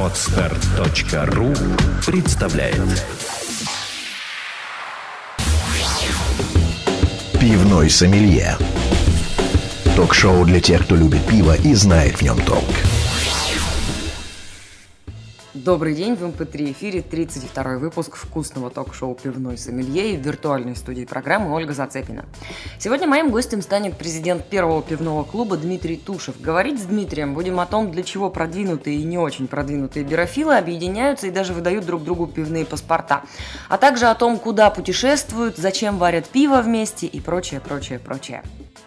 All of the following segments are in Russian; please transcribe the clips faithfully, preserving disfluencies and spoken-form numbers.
Подстер точка ру представляет Пивной сомелье. Ток-шоу для тех, кто любит пиво и знает в нем толк. Добрый день, в эм пэ три эфире тридцать второй выпуск вкусного ток-шоу «Пивной сомелье» и в виртуальной студии программы Ольга Зацепина. Сегодня моим гостем станет президент первого пивного клуба Дмитрий Тушев. Говорить с Дмитрием будем о том, для чего продвинутые и не очень продвинутые бирофилы объединяются и даже выдают друг другу пивные паспорта, а также о том, куда путешествуют, зачем варят пиво вместе и прочее, прочее, прочее.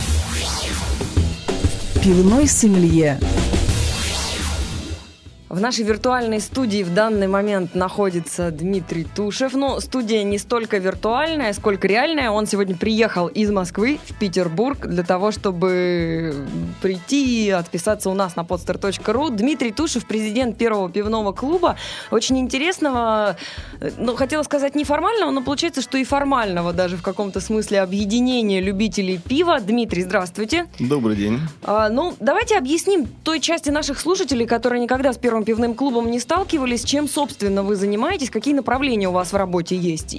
Пивной сомелье. В нашей виртуальной студии в данный момент находится Дмитрий Тушев. Но студия не столько виртуальная, сколько реальная. Он сегодня приехал из Москвы в Петербург для того, чтобы прийти и отписаться у нас на подстер точка ру. Дмитрий Тушев, президент первого пивного клуба. Очень интересного, ну, хотела сказать неформального, но получается, что и формального даже в каком-то смысле объединения любителей пива. Дмитрий, здравствуйте. Добрый день. А, ну, давайте объясним той части наших слушателей, которые никогда с первым пивным клубом не сталкивались, чем, собственно, вы занимаетесь, какие направления у вас в работе есть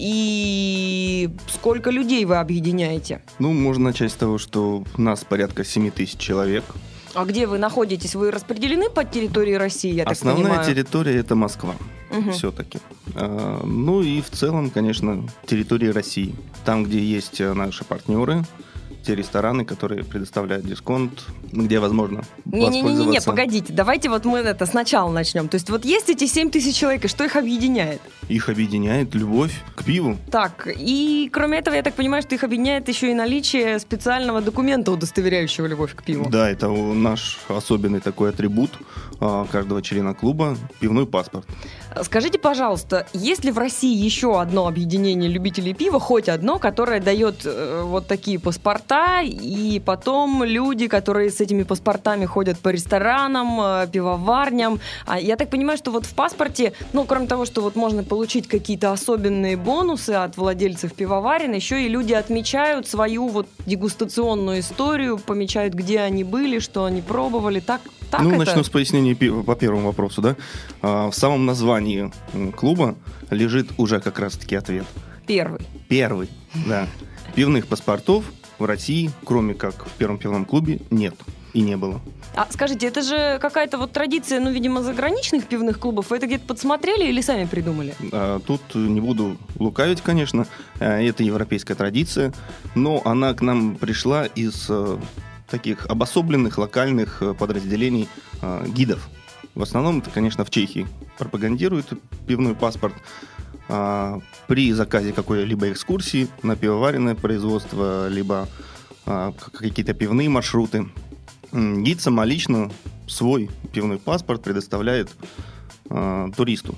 и сколько людей вы объединяете? Ну, можно начать с того, что у нас порядка семь тысяч человек. А где вы находитесь? Вы распределены по территории России, я так Основная понимаю? территория – это Москва. Угу. Все-таки. А, ну и в целом, конечно, территория России. Там, где есть наши партнеры, те рестораны, которые предоставляют дисконт, где возможно воспользоваться. Не-не-не, погодите, давайте вот мы это сначала начнем. То есть вот есть эти семь тысяч человек, и что их объединяет? Их объединяет любовь к пиву. Так, и кроме этого, я так понимаю, что их объединяет еще и наличие специального документа, удостоверяющего любовь к пиву. Да, это наш особенный такой атрибут каждого члена клуба – пивной паспорт. Скажите, пожалуйста, есть ли в России еще одно объединение любителей пива, хоть одно, которое дает э, вот такие паспорта, и потом люди, которые с этими паспортами ходят по ресторанам, э, пивоварням. А я так понимаю, что вот в паспорте, ну, кроме того, что вот можно получить какие-то особенные бонусы от владельцев пивоварен, еще и люди отмечают свою вот дегустационную историю, помечают, где они были, что они пробовали. Так, так ну, это? Начну с пояснения по первому вопросу, да. В самом названии клуба лежит уже как раз-таки ответ. Первый. Первый, да. Пивных паспортов в России, кроме как в первом пивном клубе, нет и не было. А скажите, это же какая-то вот традиция, ну, видимо, заграничных пивных клубов. Вы это где-то подсмотрели или сами придумали? А, тут не буду лукавить, конечно. Это европейская традиция, но она к нам пришла из таких обособленных локальных подразделений гидов. В основном это, конечно, в Чехии пропагандируют пивной паспорт. А, при заказе какой-либо экскурсии на пивоваренное производство, либо а, какие-то пивные маршруты, гид самолично свой пивной паспорт предоставляет а, туристу.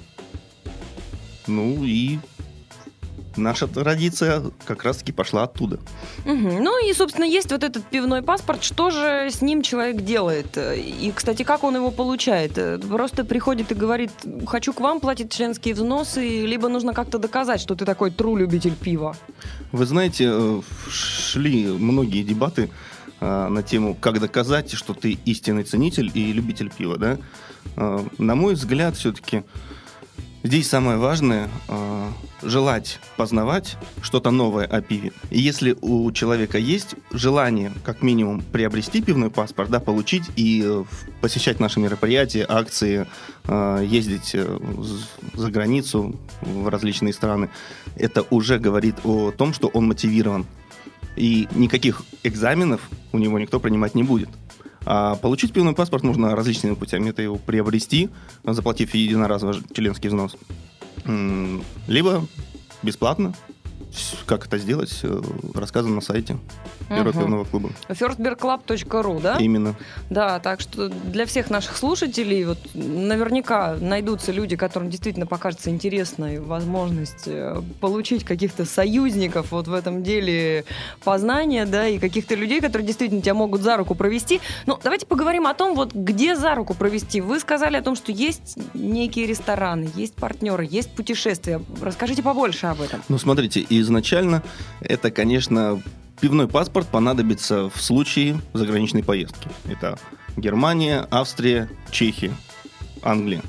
Ну и наша традиция как раз-таки пошла оттуда. Угу. Ну и, собственно, есть вот этот пивной паспорт. Что же с ним человек делает? И, кстати, как он его получает? Просто приходит и говорит: хочу к вам платить членские взносы, либо нужно как-то доказать, что ты такой true любитель пива? Вы знаете, шли многие дебаты на тему, как доказать, что ты истинный ценитель и любитель пива, да? На мой взгляд, все-таки здесь самое важное э, – желать познавать что-то новое о пиве. И если у человека есть желание, как минимум, приобрести пивной паспорт, да, получить и э, посещать наши мероприятия, акции, э, ездить э, за границу в различные страны, это уже говорит о том, что он мотивирован. И никаких экзаменов у него никто принимать не будет. А получить пивной паспорт нужно различными путями. Это его приобрести, заплатив единоразово членский взнос, либо бесплатно. Как это сделать, рассказано на сайте Первого uh-huh. пивного клуба. ферст бир клаб точка ру, да? Именно. Да, так что для всех наших слушателей вот наверняка найдутся люди, которым действительно покажется интересной возможность получить каких-то союзников вот в этом деле познания, да, и каких-то людей, которые действительно тебя могут за руку провести. Ну, давайте поговорим о том, вот где за руку провести. Вы сказали о том, что есть некие рестораны, есть партнеры, есть путешествия. Расскажите побольше об этом. Ну, смотрите, изначально это, конечно, пивной паспорт понадобится в случае заграничной поездки. Это Германия, Австрия, Чехия, Англия.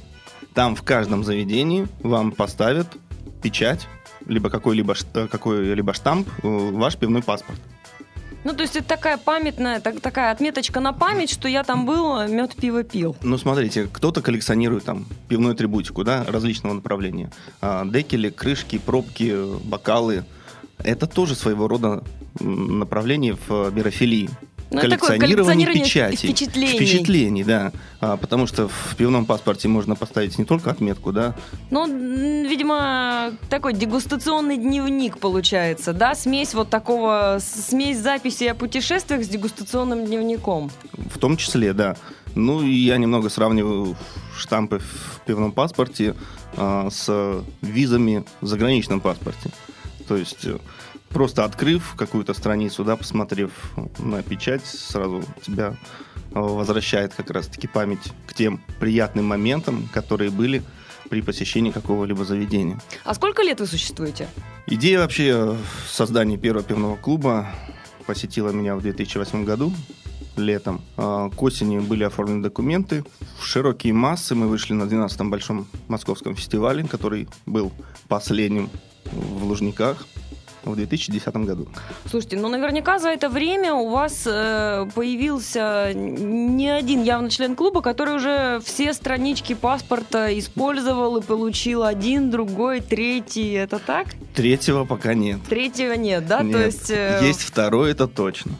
Там в каждом заведении вам поставят печать, либо какой-либо, какой-либо штамп, ваш пивной паспорт. Ну, то есть это такая памятная, так, такая отметочка на память, что я там был, мед, пиво пил. Ну, смотрите, кто-то коллекционирует там пивную атрибутику, да, различного направления. А, декели, крышки, пробки, бокалы. Это тоже своего рода направление в бирофилии. Ну, Коллекционирование печати. Впечатлений. Впечатлений, да. А, потому что в пивном паспорте можно поставить не только отметку, да. Ну, видимо, такой дегустационный дневник получается, да? Смесь вот такого, смесь записей о путешествиях с дегустационным дневником. В том числе, да. Ну, и я немного сравниваю штампы в пивном паспорте а, с визами в заграничном паспорте. То есть... Просто открыв какую-то страницу, да, посмотрев на печать, сразу тебя возвращает как раз-таки память к тем приятным моментам, которые были при посещении какого-либо заведения. А сколько лет вы существуете? Идея вообще создания первого пивного клуба посетила меня в две тысячи восьмом году, летом. К осени были оформлены документы. В широкие массы мы вышли на двенадцатом большом московском фестивале, который был последним в Лужниках в две тысячи десятом году. Слушайте, ну наверняка за это время у вас э, появился не один явно член клуба, который уже все странички паспорта использовал и получил один, другой, третий. Это так? Третьего пока нет. Третьего нет, да? Нет. То есть, э, есть второй, это точно.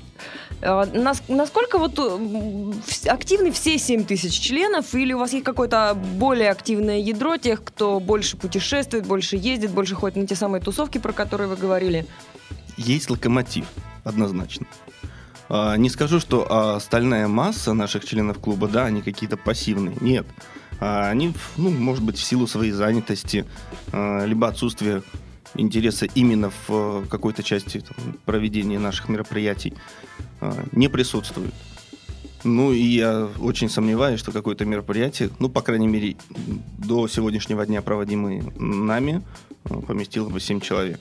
Насколько вот активны все семь тысяч членов, или у вас есть какое-то более активное ядро тех, кто больше путешествует, больше ездит, больше ходит на те самые тусовки, про которые вы говорили? Есть локомотив, однозначно. Не скажу, что остальная масса наших членов клуба, да, они какие-то пассивные. Нет. Они, ну, может быть, в силу своей занятости, либо отсутствия интереса именно в какой-то части там, проведения наших мероприятий не присутствует. Ну и я очень сомневаюсь, что какое-то мероприятие, ну, по крайней мере, до сегодняшнего дня, проводимое нами, поместило бы семь человек.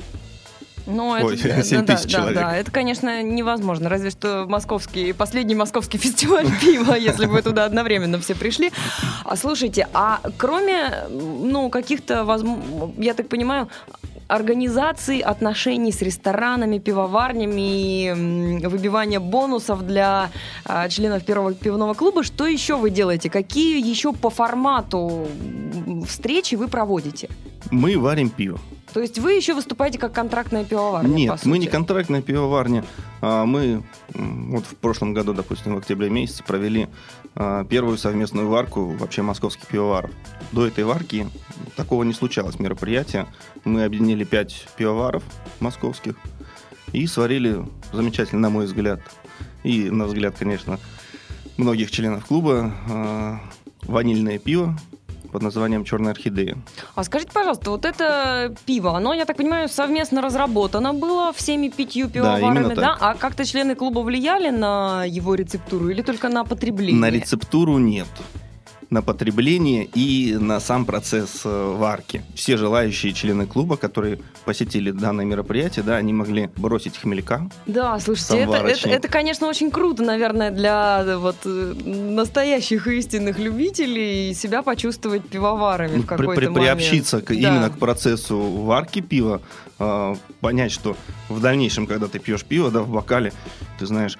Ну, Ой, это, семь да, тысяч да, человек. Да, это, конечно, невозможно. Разве что московский, последний московский фестиваль пива, если бы туда одновременно все пришли. А слушайте, а кроме, ну, каких-то, я так понимаю, организации отношений с ресторанами, пивоварнями и выбивания бонусов для а, членов первого пивного клуба, что еще вы делаете? Какие еще по формату встречи вы проводите? Мы варим пиво. То есть вы еще выступаете как контрактная пивоварня? Нет, мы не контрактная пивоварня. А мы вот в прошлом году, допустим, в октябре месяце провели а, первую совместную варку вообще московских пивоваров. До этой варки такого не случалось мероприятия. Мы объединили пять пивоваров московских и сварили замечательно, на мой взгляд, и на взгляд, конечно, многих членов клуба, а, ванильное пиво под названием «Черная орхидея». А скажите, пожалуйста, вот это пиво, оно, я так понимаю, совместно разработано было всеми пятью пивоварами, да? да? А как-то члены клуба влияли на его рецептуру или только на потребление? На рецептуру нет. На потребление и на сам процесс варки. Все желающие члены клуба, которые посетили данное мероприятие, да, они могли бросить хмелька. Да, слушайте, это, это, это, конечно, очень круто, наверное, для вот настоящих и истинных любителей себя почувствовать пивоварами ну, в какой-то при, при, момент. Приобщиться к, да. именно к процессу варки пива, э, понять, что в дальнейшем, когда ты пьешь пиво, да, в бокале, ты знаешь,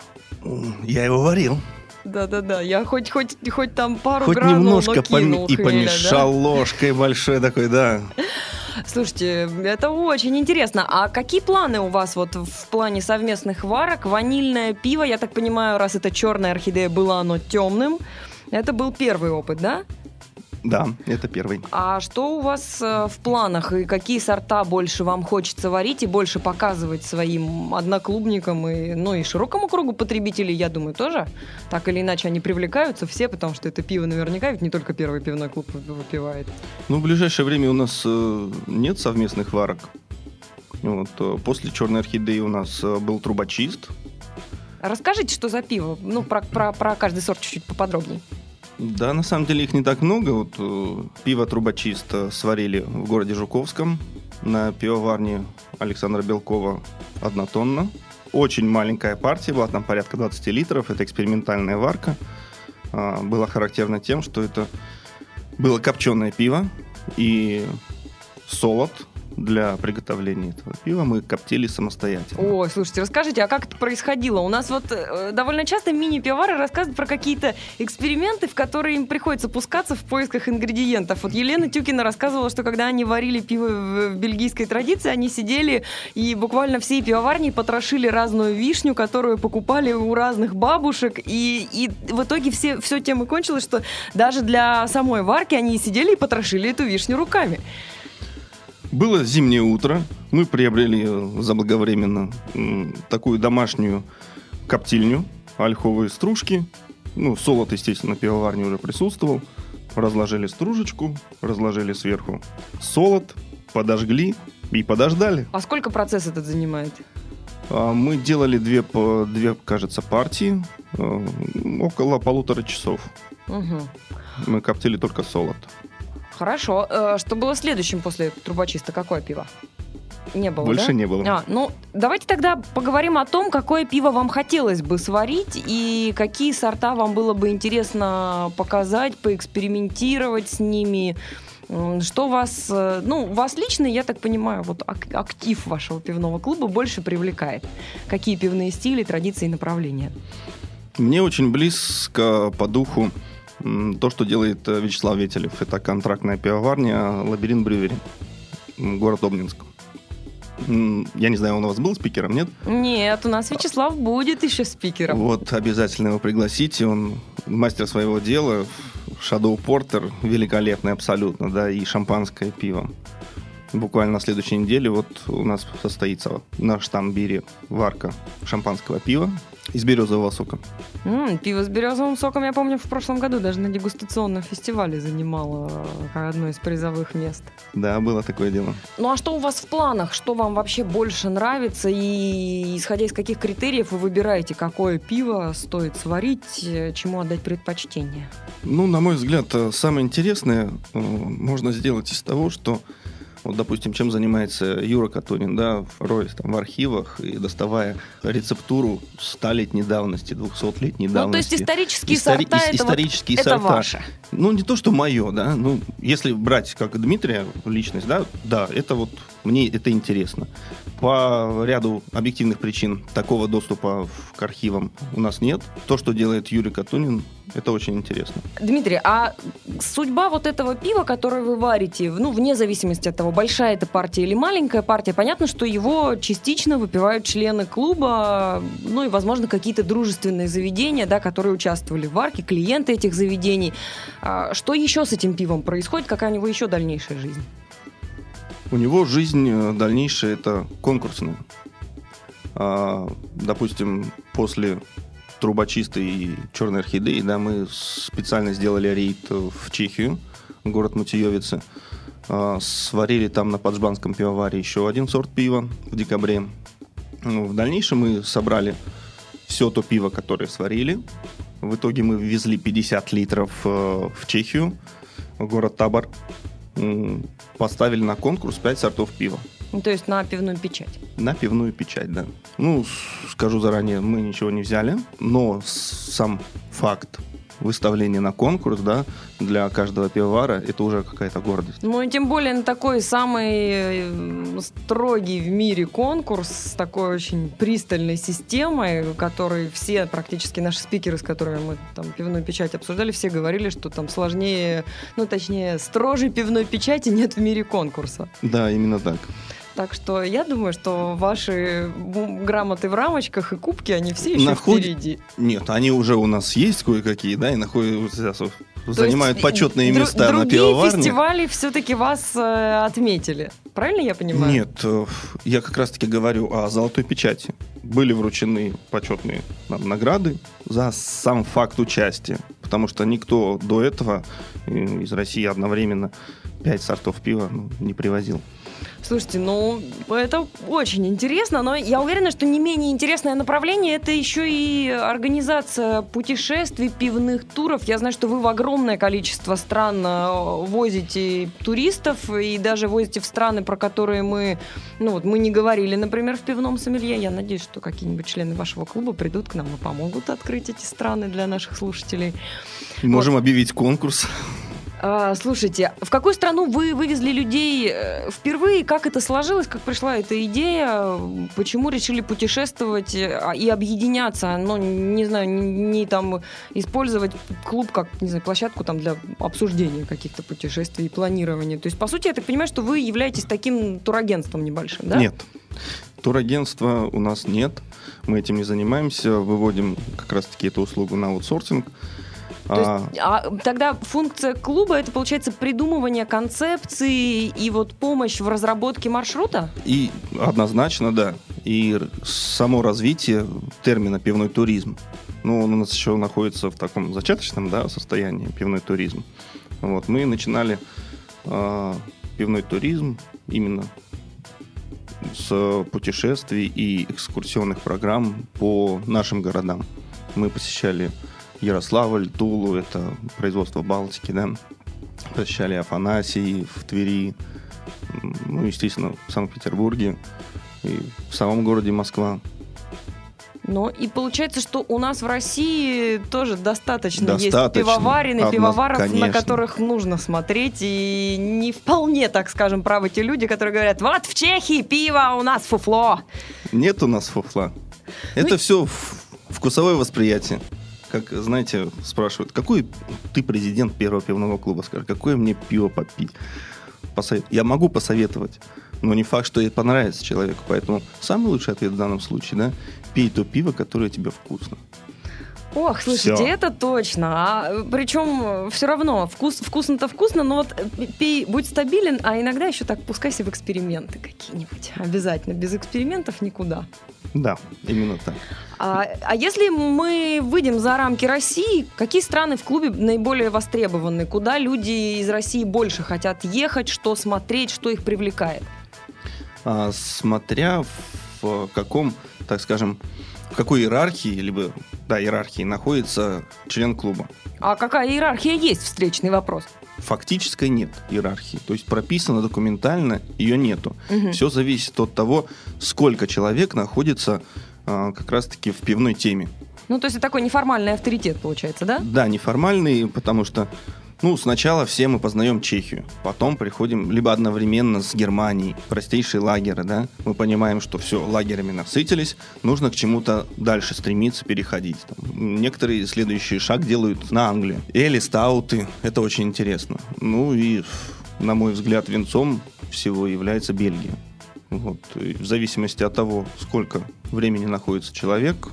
я его варил. Да-да-да, я хоть, хоть, хоть там пару хоть гранул, немножко но кинул пом... и хмеля, помешал да? ложкой большой такой, да. Слушайте, это очень интересно. А какие планы у вас вот в плане совместных варок? Ванильное пиво, я так понимаю, раз это черная орхидея, было оно темным. Это был первый опыт, да? Да, это первый. А что у вас э, в планах? И какие сорта больше вам хочется варить и больше показывать своим одноклубникам и, ну, и широкому кругу потребителей, я думаю, тоже? Так или иначе они привлекаются все, потому что это пиво наверняка ведь не только первый пивной клуб выпивает. Ну, в ближайшее время у нас э, нет совместных варок. Вот, э, после «Черной орхидеи» у нас э, был трубочист. Расскажите, что за пиво? Ну, про, про, про каждый сорт чуть-чуть поподробнее. Да, на самом деле их не так много. Вот, э, пиво «Трубочист» сварили в городе Жуковском на пивоварне Александра Белкова одна тонна. Очень маленькая партия была, там порядка двадцать литров. Это экспериментальная варка. Э, была характерна тем, что это было копченое пиво и солод. Для приготовления этого пива мы коптили самостоятельно. Ой, слушайте, расскажите, а как это происходило? У нас вот э, довольно часто мини-пивовары рассказывают про какие-то эксперименты, в которые им приходится пускаться в поисках ингредиентов. Вот Елена Тюкина рассказывала, что когда они варили пиво в, в бельгийской традиции, они сидели и буквально всей пивоварней потрошили разную вишню, которую покупали у разных бабушек, и, и в итоге все, все тем и кончилось, что даже для самой варки они сидели и потрошили эту вишню руками. Было зимнее утро, мы приобрели заблаговременно такую домашнюю коптильню, ольховые стружки, ну, солод, естественно, пивоварни уже присутствовал, разложили стружечку, разложили сверху солод, подожгли и подождали. А сколько процесс этот занимает? Мы делали две, две, кажется, партии, около полутора часов. Угу. Мы коптили только солод. Хорошо. Что было следующим после трубочиста? Какое пиво? Не было, Больше да? не было. А, ну, давайте тогда поговорим о том, какое пиво вам хотелось бы сварить и какие сорта вам было бы интересно показать, поэкспериментировать с ними. Что вас, ну, вас лично, я так понимаю, вот актив вашего пивного клуба больше привлекает? Какие пивные стили, традиции и направления? Мне очень близко по духу то, что делает Вячеслав Ветелев. Это контрактная пивоварня «Лабиринт Брювери», город Обнинск. Я не знаю, он у вас был спикером, нет? Нет, у нас Вячеслав будет еще спикером. Вот, обязательно его пригласите. Он мастер своего дела, Shadow Porter, великолепный абсолютно, да, и шампанское пиво. Буквально на следующей неделе вот у нас состоится на штамбире варка шампанского пива из березового сока. М-м, пиво с березовым соком, я помню, в прошлом году даже на дегустационном фестивале занимало одно из призовых мест. Да, было такое дело. Ну а что у вас в планах? Что вам вообще больше нравится? И исходя из каких критериев вы выбираете, какое пиво стоит сварить, чему отдать предпочтение? Ну, на мой взгляд, самое интересное можно сделать из того, что вот, допустим, чем занимается Юра Катунин, да, роясь там в архивах и доставая рецептуру столетней давности, двухсотлетней давности. Ну, то есть исторические Истори- сорта, ис- это, исторические вот, сорта. это ваше? Ну, не то, что мое, да, ну, если брать как Дмитрия личность, да, да, это вот, мне это интересно. По ряду объективных причин такого доступа к архивам у нас нет. То, что делает Юрий Катунин, это очень интересно. Дмитрий, а судьба вот этого пива, которое вы варите, ну, вне зависимости от того, большая это партия или маленькая партия, понятно, что его частично выпивают члены клуба, ну и, возможно, какие-то дружественные заведения, да, которые участвовали в варке, клиенты этих заведений. А что еще с этим пивом происходит? Какая у него еще дальнейшая жизнь? У него жизнь дальнейшая это конкурсная. А, допустим, после трубочистой и черной орхидеи, да, мы специально сделали рейд в Чехию, город Мутиевице. А, сварили там на Поджбанском пивоваре еще один сорт пива в декабре. Ну, в дальнейшем мы собрали все то пиво, которое сварили. В итоге мы ввезли пятьдесят литров э, в Чехию, в город Табор. Поставили на конкурс пять сортов пива. Ну, то есть на пивную печать. На пивную печать, да. Ну, скажу заранее, мы ничего не взяли, но сам факт выставления на конкурс, да, для каждого пивовара, это уже какая-то гордость. Ну, и тем более на такой самый строгий в мире конкурс с такой очень пристальной системой, в которой все практически наши спикеры, с которыми мы там пивную печать обсуждали, все говорили, что там сложнее, ну, точнее, строже пивной печати нет в мире конкурса. Да, именно так. Так что я думаю, что ваши грамоты в рамочках и кубки, они все еще Наход... впереди. Нет, они уже у нас есть кое-какие, да, и находятся, То занимают почетные дру- места на другие пивоварне. фестивали все-таки вас э, отметили. Правильно я понимаю? Нет, э, я как раз-таки говорю о золотой печати. Были вручены почетные нам награды за сам факт участия. Потому что никто до этого из России одновременно пять сортов пива ну, не привозил. Слушайте, ну, это очень интересно, но я уверена, что не менее интересное направление — это еще и организация путешествий, пивных туров. Я знаю, что вы в огромное количество стран возите туристов и даже возите в страны, про которые мы, ну, вот мы не говорили, например, в пивном сомелье. Я надеюсь, что какие-нибудь члены вашего клуба придут к нам и помогут открыть эти страны для наших слушателей. Можем вот объявить конкурс. А, слушайте, в какую страну вы вывезли людей э, впервые? Как это сложилось? Как пришла эта идея? Почему решили путешествовать э, и объединяться? Ну, не знаю, не, не там использовать клуб как, не знаю, площадку там для обсуждения каких-то путешествий и планирования. То есть, по сути, я так понимаю, что вы являетесь таким турагентством небольшим, да? Нет. Турагентства у нас нет. Мы этим не занимаемся. Выводим как раз-таки эту услугу на аутсорсинг. То есть, а тогда функция клуба — это, получается, придумывание концепции и вот помощь в разработке маршрута? И однозначно, да. И само развитие термина «пивной туризм». Ну, он у нас еще находится в таком зачаточном, да, состоянии, пивной туризм. Вот. Мы начинали э, пивной туризм именно с путешествий и экскурсионных программ по нашим городам. Мы посещали Ярославль, Тулу, это производство Балтики, да. Посещали Афанасий в Твери, ну, естественно, в Санкт-Петербурге и в самом городе Москва. Ну, и получается, что у нас в России тоже достаточно, достаточно есть пивоварен и Одно, пивоваров, конечно. на которых нужно смотреть. И не вполне, так скажем, правы те люди, которые говорят: вот в Чехии пиво, а у нас фуфло. Нет у нас фуфла. Это Ну, все вкусовое восприятие. Как, знаете, спрашивают, какой ты президент первого пивного клуба? Скажи, какое мне пиво попить? Посовет... Я могу посоветовать, но не факт, что это понравится человеку. Поэтому самый лучший ответ в данном случае, да, пей то пиво, которое тебе вкусно. Ох, слушайте, Всё. это точно. А, причем все равно вкус, вкусно-то вкусно, но вот пей, будь стабилен, а иногда еще так пускайся в эксперименты какие-нибудь. Обязательно. Без экспериментов никуда. Да, именно так. А, а если мы выйдем за рамки России, какие страны в клубе наиболее востребованы? Куда люди из России больше хотят ехать, что смотреть, что их привлекает? А, смотря в каком, так скажем, в какой иерархии, либо, да, иерархии находится член клуба. А какая иерархия есть? Встречный вопрос. Фактической нет иерархии. То есть прописано документально, ее нету. Мгм. Все зависит от того, сколько человек находится а, как раз-таки в пивной теме. Ну, то есть это такой неформальный авторитет, получается, да? Да, неформальный, потому что ну, сначала все мы познаем Чехию, потом приходим либо одновременно с Германией, простейшие лагеры, да, мы понимаем, что все, лагерями насытились, нужно к чему-то дальше стремиться, переходить. Там, некоторые следующий шаг делают на Англию. Эли, стауты, это очень интересно. Ну и, на мой взгляд, венцом всего является Бельгия. Вот. И в зависимости от того, сколько времени находится человек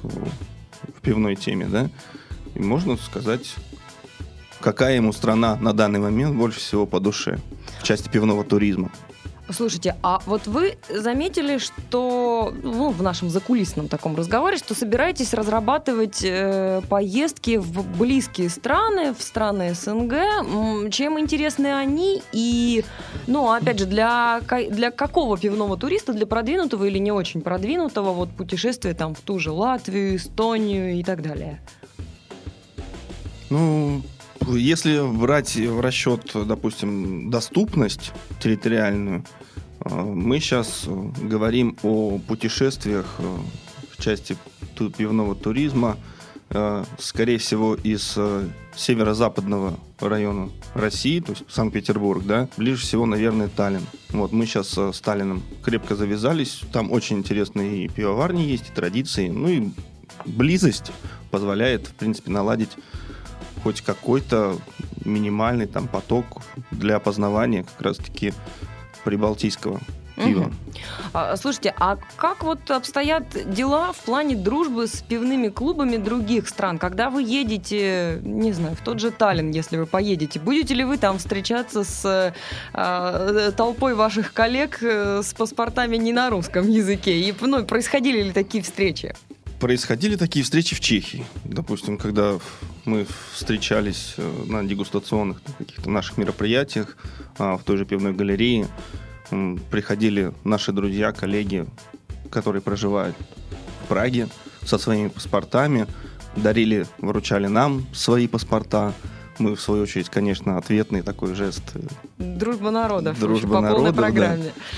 в пивной теме, да, и можно сказать, какая ему страна на данный момент больше всего по душе в части пивного туризма. Слушайте, а вот вы заметили, что ну, в нашем закулисном таком разговоре, что собираетесь разрабатывать э, поездки в близкие страны, в страны СНГ. М, Чем интересны они? И, ну, опять же, для, ка- для какого пивного туриста? Для продвинутого или не очень продвинутого? Вот путешествие там в ту же Латвию, Эстонию и так далее. Ну, если брать в расчет, допустим, доступность территориальную, э, мы сейчас говорим о путешествиях э, в части ту- пивного туризма, э, скорее всего, из э, северо-западного района России, то есть Санкт-Петербург, да, ближе всего, наверное, Таллин. Вот мы сейчас э, с Таллином крепко завязались, там очень интересные и пивоварни есть, и традиции, ну и близость позволяет, в принципе, наладить хоть какой-то минимальный там поток для опознавания как раз-таки прибалтийского пива. Мгм. А, слушайте, а как вот обстоят дела в плане дружбы с пивными клубами других стран? Когда вы едете, не знаю, в тот же Таллин, если вы поедете, будете ли вы там встречаться с э, толпой ваших коллег э, с паспортами не на русском языке? И, ну, происходили ли такие встречи? Происходили такие встречи в Чехии. Допустим, когда мы встречались на дегустационных каких-то наших мероприятиях в той же пивной галерее, приходили наши друзья, коллеги, которые проживают в Праге, со своими паспортами, дарили, вручали нам свои паспорта. Мы, в свою очередь, конечно, ответный такой жест. Дружба народов. Дружба по полной народов, да. программе.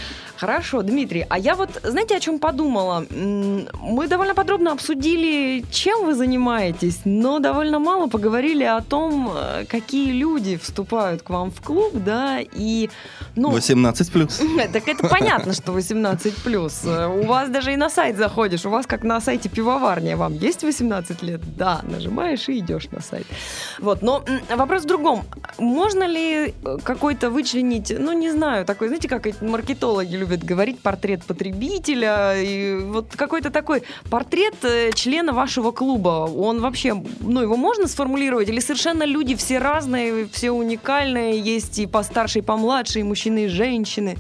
Хорошо, Дмитрий, а я вот, знаете, о чем подумала? Мы довольно подробно обсудили, чем вы занимаетесь, но довольно мало поговорили о том, какие люди вступают к вам в клуб, да, и... Ну, восемнадцать плюс. Так это понятно, что восемнадцать плюс. У вас даже и на сайт заходишь, у вас как на сайте пивоварня, вам есть восемнадцать лет? Да, нажимаешь и идешь на сайт. Вот, но вопрос в другом. Можно ли какой-то вычленить, ну, не знаю, такой, знаете, как эти маркетологи любят говорить, портрет потребителя, и вот какой-то такой портрет члена вашего клуба, он вообще, ну, его можно сформулировать, или совершенно люди все разные, все уникальные, есть и постарше, и помладше, и мужчины, и женщины?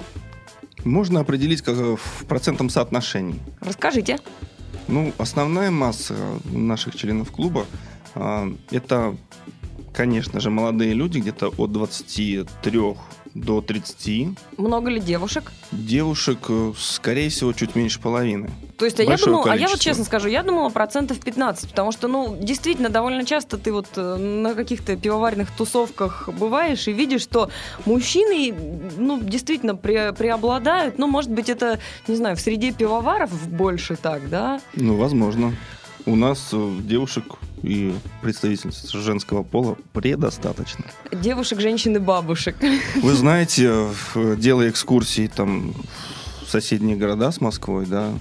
Можно определить как в процентном соотношении. Расскажите. Ну, основная масса наших членов клуба э, это, конечно же, молодые люди, где-то от двадцати трёх до тридцати. Много ли девушек? Девушек, скорее всего, чуть меньше половины. То есть, а я, думала, а я вот честно скажу, я думала процентов пятнадцать, потому что, ну, действительно, довольно часто ты вот на каких-то пивоваренных тусовках бываешь и видишь, что мужчины, ну, действительно пре- преобладают, ну, может быть, это, не знаю, в среде пивоваров больше так, да? Ну, возможно. У нас девушек и представительниц женского пола предостаточно. Девушек, женщин и бабушек. Вы знаете, делая экскурсии там в соседние города с Москвой, да,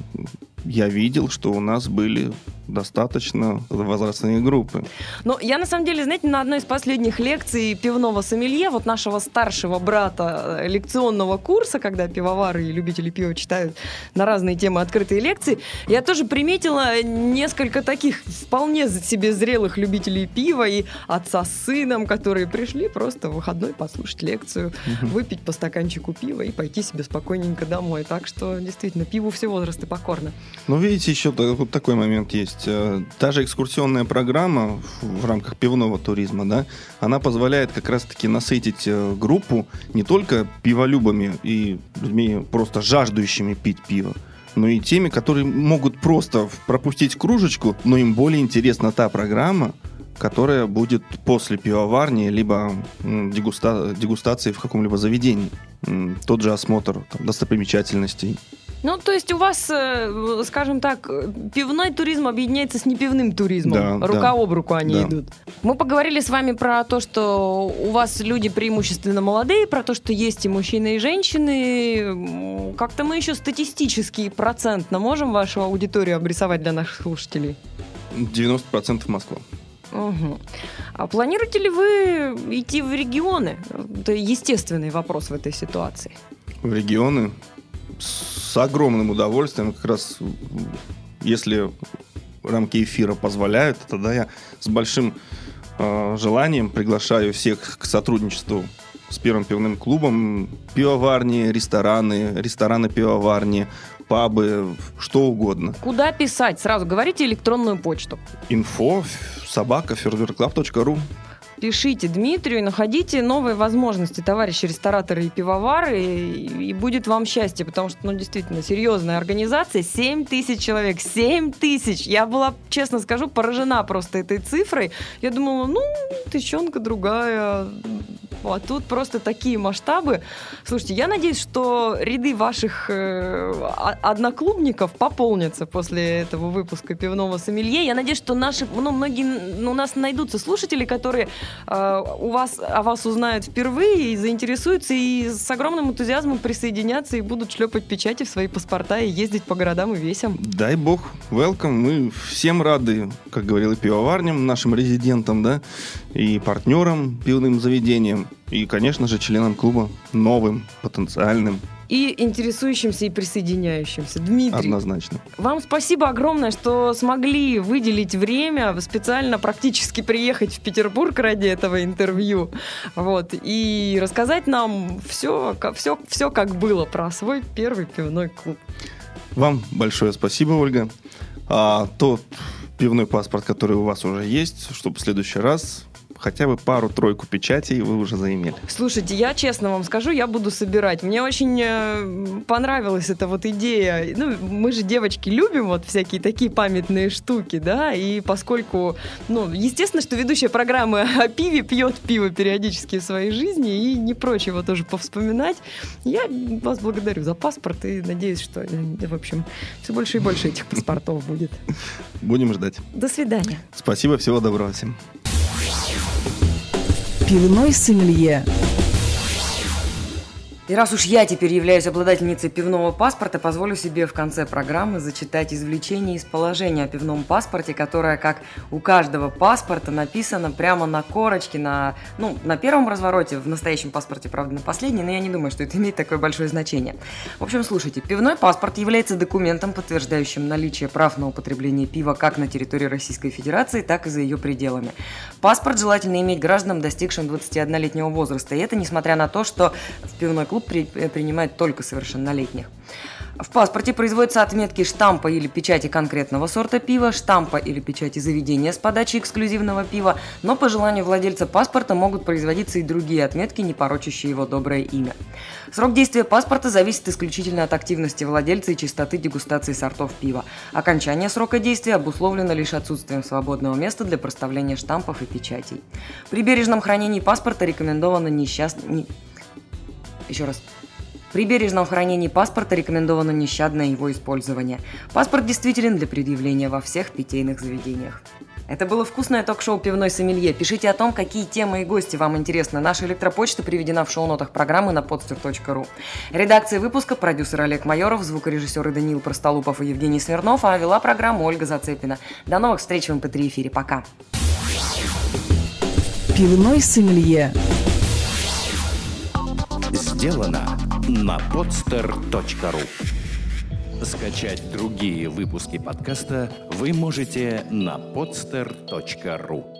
я видел, что у нас были достаточно возрастные группы. Но я, на самом деле, знаете, на одной из последних лекций пивного сомелье, вот нашего старшего брата лекционного курса, когда пивовары и любители пива читают на разные темы открытые лекции, я тоже приметила несколько таких вполне себе зрелых любителей пива и отца с сыном, которые пришли просто в выходной послушать лекцию, угу. выпить по стаканчику пива и пойти себе спокойненько домой. Так что, действительно, пиву все возрасты покорны. Ну, видите, еще вот такой момент есть. Та же экскурсионная программа в рамках пивного туризма, да, она позволяет как раз-таки насытить группу не только пиволюбами и людьми просто жаждущими пить пиво, но и теми, которые могут просто пропустить кружечку, но им более интересна та программа, которая будет после пивоварни, либо дегуста... дегустации в каком-либо заведении. Тот же осмотр там, достопримечательностей. Ну, то есть у вас, скажем так, пивной туризм объединяется с непивным туризмом. Да, Рука да, об руку они да. идут. Мы поговорили с вами про то, что у вас люди преимущественно молодые, про то, что есть и мужчины, и женщины. Как-то мы еще статистически процентно можем вашу аудиторию обрисовать для наших слушателей? девяносто процентов Москва. Угу. А планируете ли вы идти в регионы? Это естественный вопрос в этой ситуации. В регионы? С огромным удовольствием. Как раз если рамки эфира позволяют, тогда я с большим э, желанием приглашаю всех к сотрудничеству с Первым пивным клубом. Пивоварни, рестораны, рестораны-пивоварни, пабы, что угодно. Куда писать? Сразу говорите электронную почту. Инфо собака фейерверклаб точка ру. Пишите Дмитрию, находите новые возможности, товарищи рестораторы и пивовары, и, и будет вам счастье, потому что, ну, действительно, серьезная организация, семь тысяч человек, семь тысяч! Я была, честно скажу, поражена просто этой цифрой. Я думала, ну, тысячонка другая, а тут просто такие масштабы. Слушайте, я надеюсь, что ряды ваших э, одноклубников пополнятся после этого выпуска пивного сомелье. Я надеюсь, что наши, ну, многие, ну, у нас найдутся слушатели, которые у вас, о вас узнают впервые и заинтересуются, и с огромным энтузиазмом присоединятся и будут шлепать печати в свои паспорта и ездить по городам и весям. Дай бог, welcome. Мы всем рады, как говорил и пивоварням, нашим резидентам, да, и партнерам, пивным заведениям, и, конечно же, членам клуба, новым, потенциальным. И интересующимся, и присоединяющимся. Дмитрий, однозначно. Вам спасибо огромное, что смогли выделить время, специально практически приехать в Петербург ради этого интервью, вот, и рассказать нам все, все, все, как было про свой первый пивной клуб. Вам большое спасибо, Ольга. А тот пивной паспорт, который у вас уже есть, чтобы в следующий раз хотя бы пару-тройку печатей вы уже заимели. Слушайте, я честно вам скажу, я буду собирать. Мне очень э, понравилась эта вот идея. Ну, мы же, девочки, любим вот всякие такие памятные штуки, да, и поскольку, ну, естественно, что ведущая программы о пиве пьет пиво периодически в своей жизни и не прочь его тоже повспоминать, я вас благодарю за паспорт и надеюсь, что, в общем, все больше и больше этих паспортов будет. Будем ждать. До свидания. Спасибо, всего доброго всем. Пивной сомелье. И раз уж я теперь являюсь обладательницей пивного паспорта, позволю себе в конце программы зачитать извлечение из положения о пивном паспорте, которое, как у каждого паспорта, написано прямо на корочке, на, ну, на первом развороте, в настоящем паспорте, правда, на последней, но я не думаю, что это имеет такое большое значение. В общем, слушайте, пивной паспорт является документом, подтверждающим наличие прав на употребление пива как на территории Российской Федерации, так и за ее пределами. Паспорт желательно иметь гражданам, достигшим двадцатиоднолетнего возраста, и это несмотря на то, что в пивной клуб При, принимает только совершеннолетних. В паспорте производятся отметки штампа или печати конкретного сорта пива, штампа или печати заведения с подачей эксклюзивного пива, но по желанию владельца паспорта могут производиться и другие отметки, не порочащие его доброе имя. Срок действия паспорта зависит исключительно от активности владельца и частоты дегустации сортов пива. Окончание срока действия обусловлено лишь отсутствием свободного места для проставления штампов и печатей. При бережном хранении паспорта рекомендовано несчастный... Еще раз. При бережном хранении паспорта рекомендовано нещадное его использование. Паспорт действителен для предъявления во всех питейных заведениях. Это было вкусное ток-шоу «Пивной сомелье». Пишите о том, какие темы и гости вам интересны. Наша электропочта приведена в шоу-нотах программы на podster точка ру. Редакция выпуска — продюсер Олег Майоров, звукорежиссеры Даниил Простолупов и Евгений Смирнов, а вела программу Ольга Зацепина. До новых встреч в эм пэ три эфире. Пока. Пивной сомелье. Сделано на podster точка ру. Скачать другие выпуски подкаста вы можете на podster точка ру.